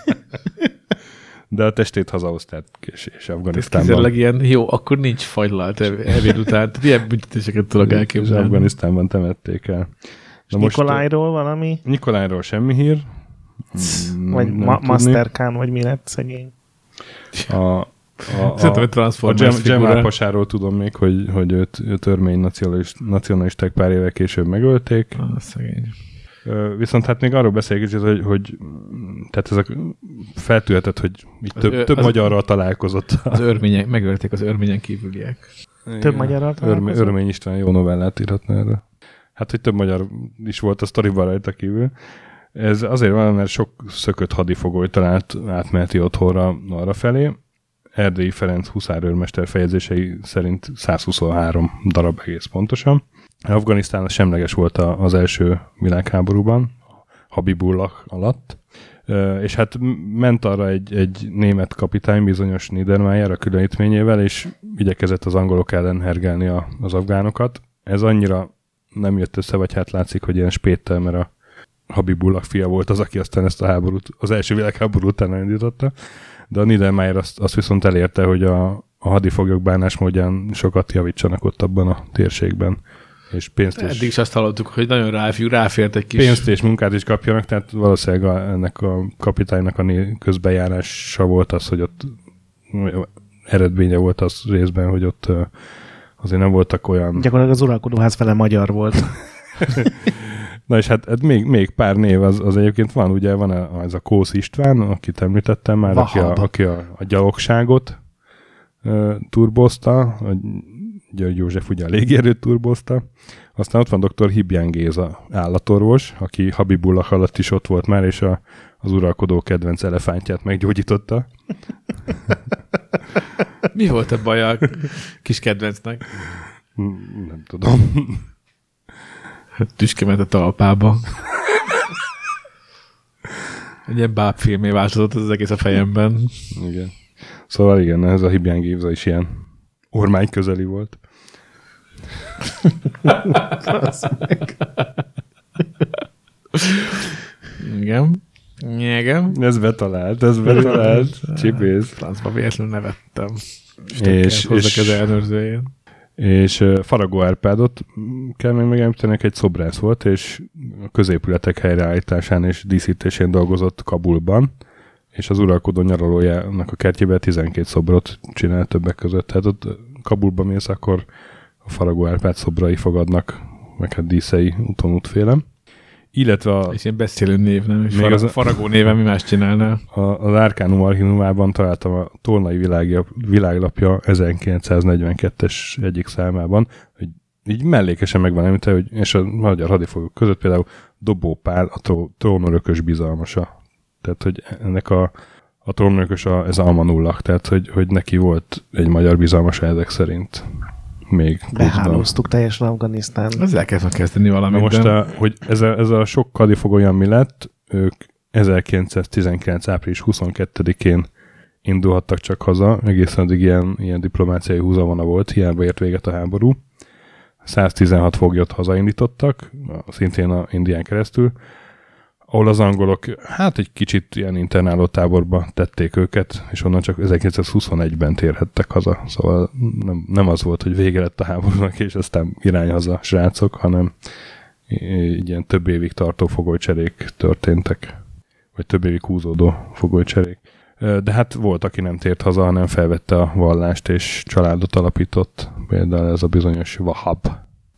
De a testét hazahozták, és Afganisztánban.
Kizárólag ilyen, jó, akkor nincs fagylalt ebéd után. Ilyen büntetéseket tudok elképzelni.
És Afganisztánban temették el.
És Nikolájról valami?
Nikolájról semmi hír.
Vagy Masterkán, vagy mi lett szegény?
A
Transformers
Jamal Pasáról tudom még, hogy őt örmény nacionalisták pár évvel később megölték.
Szegény.
Viszont hát még arról beszélgetünk, hogy tehát ezek feltűhetett, hogy több magyarral találkozott.
Az örmények, megölték az örményen kívüliek.
Több magyarral találkozott?
Örmény István jó novellát írhatna erre. Hát, hogy több magyar is volt a sztoriban rajta kívül. Ez azért van, mert sok szökött hadifogoly talált átmeneti otthonra arra felé. Erdélyi Ferenc huszárőrmester fejezései szerint 123 darab egész pontosan. Afganisztán semleges volt az első világháborúban, Habibullah alatt, és hát ment arra egy német kapitány, bizonyos Niedermayer a különítményével, és igyekezett az angolok ellen hergelni az afgánokat. Ez annyira nem jött össze, vagy hát látszik, hogy ilyen spéttel, mert a Habibullah fia volt az, aki aztán ezt a háborút, az első világháború után elindította. De a Niedermayer azt viszont elérte, hogy a hadifoglyok bánásmódján sokat javítsanak ott abban a térségben. És pénzt
eddig is azt hallottuk, hogy nagyon ráfért egy kis...
Pénzt és munkát is kapjanak, tehát valószínűleg ennek a kapitánynak a közbejárása volt az, hogy ott eredménye volt az részben, hogy ott azért nem voltak olyan...
Gyakorlatilag az uralkodóház fele magyar volt.
Na és hát még pár név az egyébként van, ugye van ez a Kósz István, akit említettem már, aki a gyalogságot turbozta, György József ugye a légierőt turbozta. Aztán ott van dr. Hibján Géza állatorvos, aki Habibullah alatt is ott volt már, és az uralkodó kedvenc elefántját meggyógyította.
Mi volt a baj a kis kedvencnek?
Nem tudom.
Tüskement a talpába. Egy ilyen bábfilmé változott az egész a fejemben.
Igen. Szóval igen, ez a Hibján Géza is ilyen ormány közeli volt.
Igen.
Ez betalált. Csipész.
Francba véletlenül nevettem.
És
hozzak az ellenőrzőjén.
És Faragó Árpádot kell még megemlítenek, egy szobrász volt, és a középületek helyreállításán és díszítésén dolgozott Kabulban, és az uralkodó nyaralójának a kertjében 12 szobrot csinál többek között. Tehát ott Kabulban mész, akkor a Faragó Árpád szobrai fogadnak, meg hát díszei úton útfélem. Illetve
és ilyen beszélő név, nem? És Faragó néven mi más csinálnál?
Az Arcanum archívumában találtam a Tolnai világlapja 1942-es egyik számában, hogy így mellékesen megvan említve, hogy és a magyar hadifoglyok között például Dobó Pál a trónörökös bizalmasa. Tehát, hogy ennek a trónörökös ez Amanullah, tehát, hogy neki volt egy magyar bizalmasa ezek szerint. Még
behálóztuk teljesen Afganisztán.
Ezzel kell kezdeni valamit.
Most, hogy ez a sok hadifogly ami lett, ők 1919. április 22-én indulhattak csak haza, egészen addig ilyen diplomáciai húzavona volt, hiába ért véget a háború. 116 foglyot hazaindítottak, szintén a Indián keresztül, ahol az angolok hát egy kicsit ilyen internáló táborba tették őket, és onnan csak 1921-ben térhettek haza. Szóval nem az volt, hogy vége lett a háborúnak, és aztán irány haza srácok, hanem ilyen több évig tartó fogolycserék történtek, vagy több évig húzódó fogolycserék. De hát volt, aki nem tért haza, hanem felvette a vallást, és családot alapított. Például ez a bizonyos Wahab.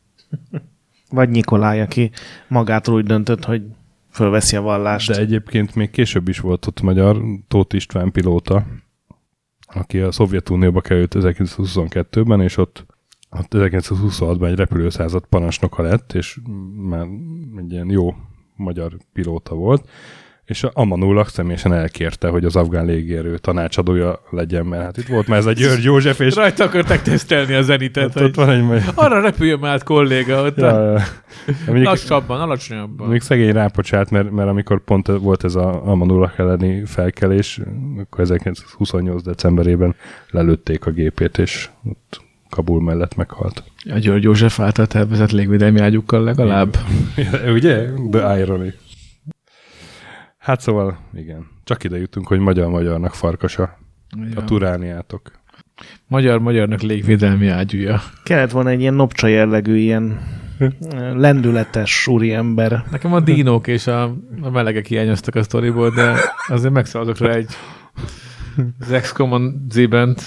Vagy Nikoláj, aki magától úgy döntött, hogy fölveszi a vallást.
De egyébként még később is volt ott magyar, Tóth István pilóta, aki a Szovjetunióba került 1922-ben, és ott 1926-ban egy repülőszázad parancsnoka lett, és már egy ilyen jó magyar pilóta volt, És Amanullah személyesen elkérte, hogy az afgán légierő tanácsadója legyen, mert hát itt volt már ez a György József, és...
Rajta akarták tesztelni a Zenitet,
hogy van egy...
arra repüljön már át kolléga, ott lassabban, alacsonyabban.
Még szegény rápocsát, mert amikor pont volt ez a Amanullah elleni felkelés, akkor 1928. decemberében lelőtték a gépét, és ott Kabul mellett meghalt.
A György József által tervezett légvédelmi ágyukkal legalább.
Ugye? The irony. Hát szóval, igen. Csak ide jutunk, hogy magyar-magyarnak farkasa. Ja. A turániátok.
Magyar-magyarnak légvédelmi ágyúja.
Kellett volna egy ilyen nopcsa jellegű, ilyen lendületes úriember.
Nekem a dínók és a melegek hiányoztak a sztoriból, de azért megszállok rá egy Zexcommon Z-bent.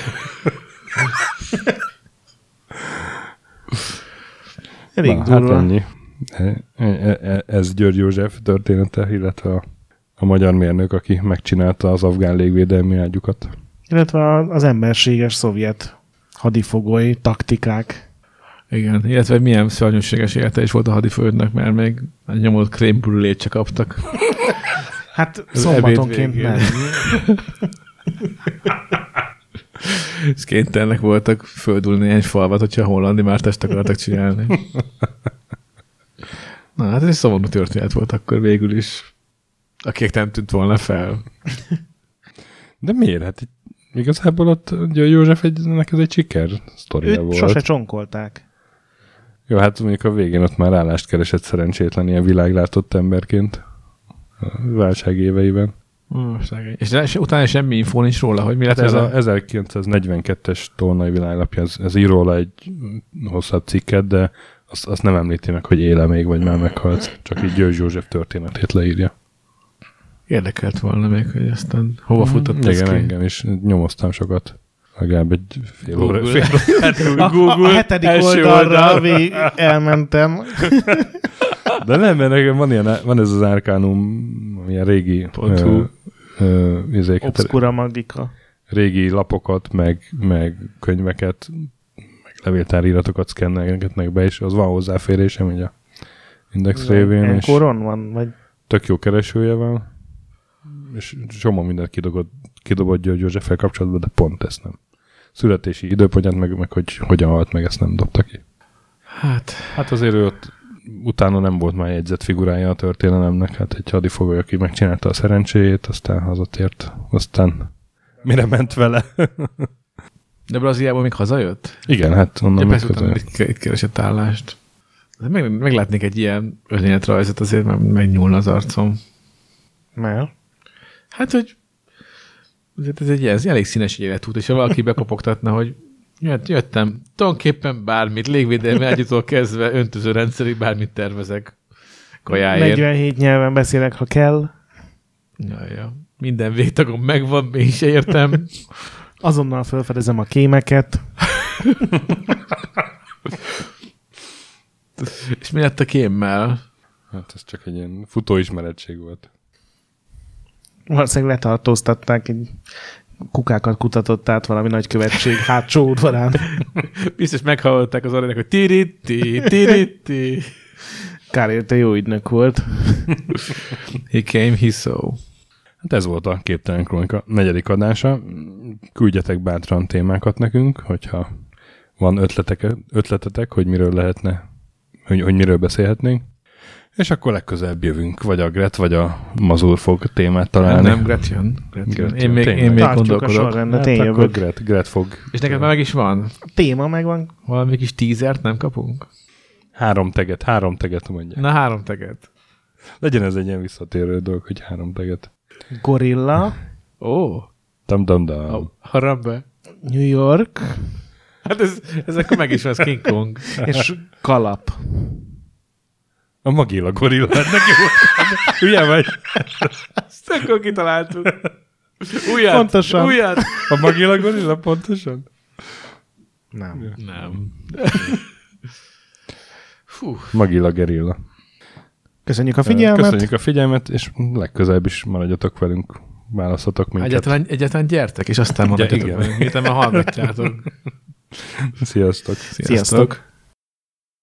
Elég durva.
Hát ennyi. Ez György József története, illetve a magyar mérnök, aki megcsinálta az afgán légvédelmi ágyukat.
Illetve az emberséges szovjet hadifogoly, taktikák.
Igen, illetve milyen szörnyűséges élete is volt a hadiföldnek, mert még a nyomott krémbrülét se kaptak.
Hát szombatonként nem.
És kénytelenek voltak földülni egy falvat, hogyha hollandi mártást akartak csinálni. Na, hát ez egy szomorú történet volt akkor végül is. Akik nem tűnt volna fel.
De miért? Hát igazából ott József ez egy siker sztoria volt.
Sose csonkolták.
Jó, hát mondjuk a végén ott már állást keresett szerencsétlen ilyen világlátott emberként a válság éveiben.
És utána semmi infó nincs róla, hogy mi lett
ez a 1942-es Tolnai Világlapja, ez ír róla egy hosszabb cikket, de azt nem említi meg, hogy éle még, vagy már meghalt. Csak így György József történetét leírja.
Érdekelt volna még, hogy aztán hova futott ez ki.
Igen, engem is nyomoztam sokat. Legalább egy fél óra.
A 7. oldalra elmentem.
De nem, mert nekem van ez az Arcanum, ilyen régi
Obscura Magica.
Régi lapokat, meg könyveket, meg levéltáríratokat szkennelgetnek be, és az van hozzáférésem, ugye a Index révén.
Enkoron van? Vagy?
Tök jó keresője van, és csomó mindent kidobott György Józseffel kapcsolatban, de pont ezt nem. Születési időpontját, meg hogy hogyan halt meg, ezt nem dobta ki. Hát azért ő ott utána nem volt már jegyzett figurája a történelemnek, hát egy hadifogoly, aki megcsinálta a szerencséjét, aztán hazatért, aztán mire ment vele.
De Brazíliából még hazajött?
Igen, hát onnan
meg hazajött. Itt keresett állást. Meglátnék egy ilyen önéletrajzot, azért már megnyúlna az arcom.
Mert?
Hát, hogy ez egy elég színes életút, és ha valaki bekopogtatna, hogy jöttem, tulajdonképpen bármit, légvédelmi ágyútól kezdve öntöző rendszerig bármit tervezek kajáért.
47 nyelven beszélek, ha kell.
Ja. Minden végtagom megvan, még se értem.
Azonnal felfedezem a kémeket.
És mi lett a kémmel?
Hát ez csak egy ilyen futóismerettség volt.
Valószínűleg letartóztatták, egy kukákat kutatott át valami nagykövetség hátsó udvarán.
Biztos meghallották az arének, hogy tiritti.
Kár érte, jó ügynök volt.
He came, he saw.
Hát ez volt a Képtelen Krónika 4. adása. Küldjetek bátran témákat nekünk, hogyha van ötletetek, hogy miről lehetne, hogy miről beszélhetnénk. És akkor legközelebb jövünk, vagy a Gret, vagy a Mazur fog témát találni.
Nem, Gret jön. Én még gondolkodok.
Hát akkor
Gret fog.
És neked már meg is van?
A téma megvan.
Valami kis teasert nem kapunk?
3 teget mondja.
Na, 3 teget.
Legyen ez egy ilyen visszatérő dolog, hogy 3 teget.
Gorilla.
Dam.
Harambe.
New York.
Hát ez akkor meg is van, ez King Kong.
És kalap.
A Magilla gorilla. Neki volt. Hülye vagy?
Ezt akkor kitaláltuk. Újját.
Pontosan.
Újját.
A Magilla gorilla pontosan?
Nem.
Magilla gerilla.
Köszönjük a figyelmet.
Köszönjük a figyelmet, és legközelebb is maradjatok velünk. Választhatok minket.
Egyáltalán gyertek, és aztán maradjatok velünk. Miután már hallgatjátok.
Sziasztok.
Sziasztok.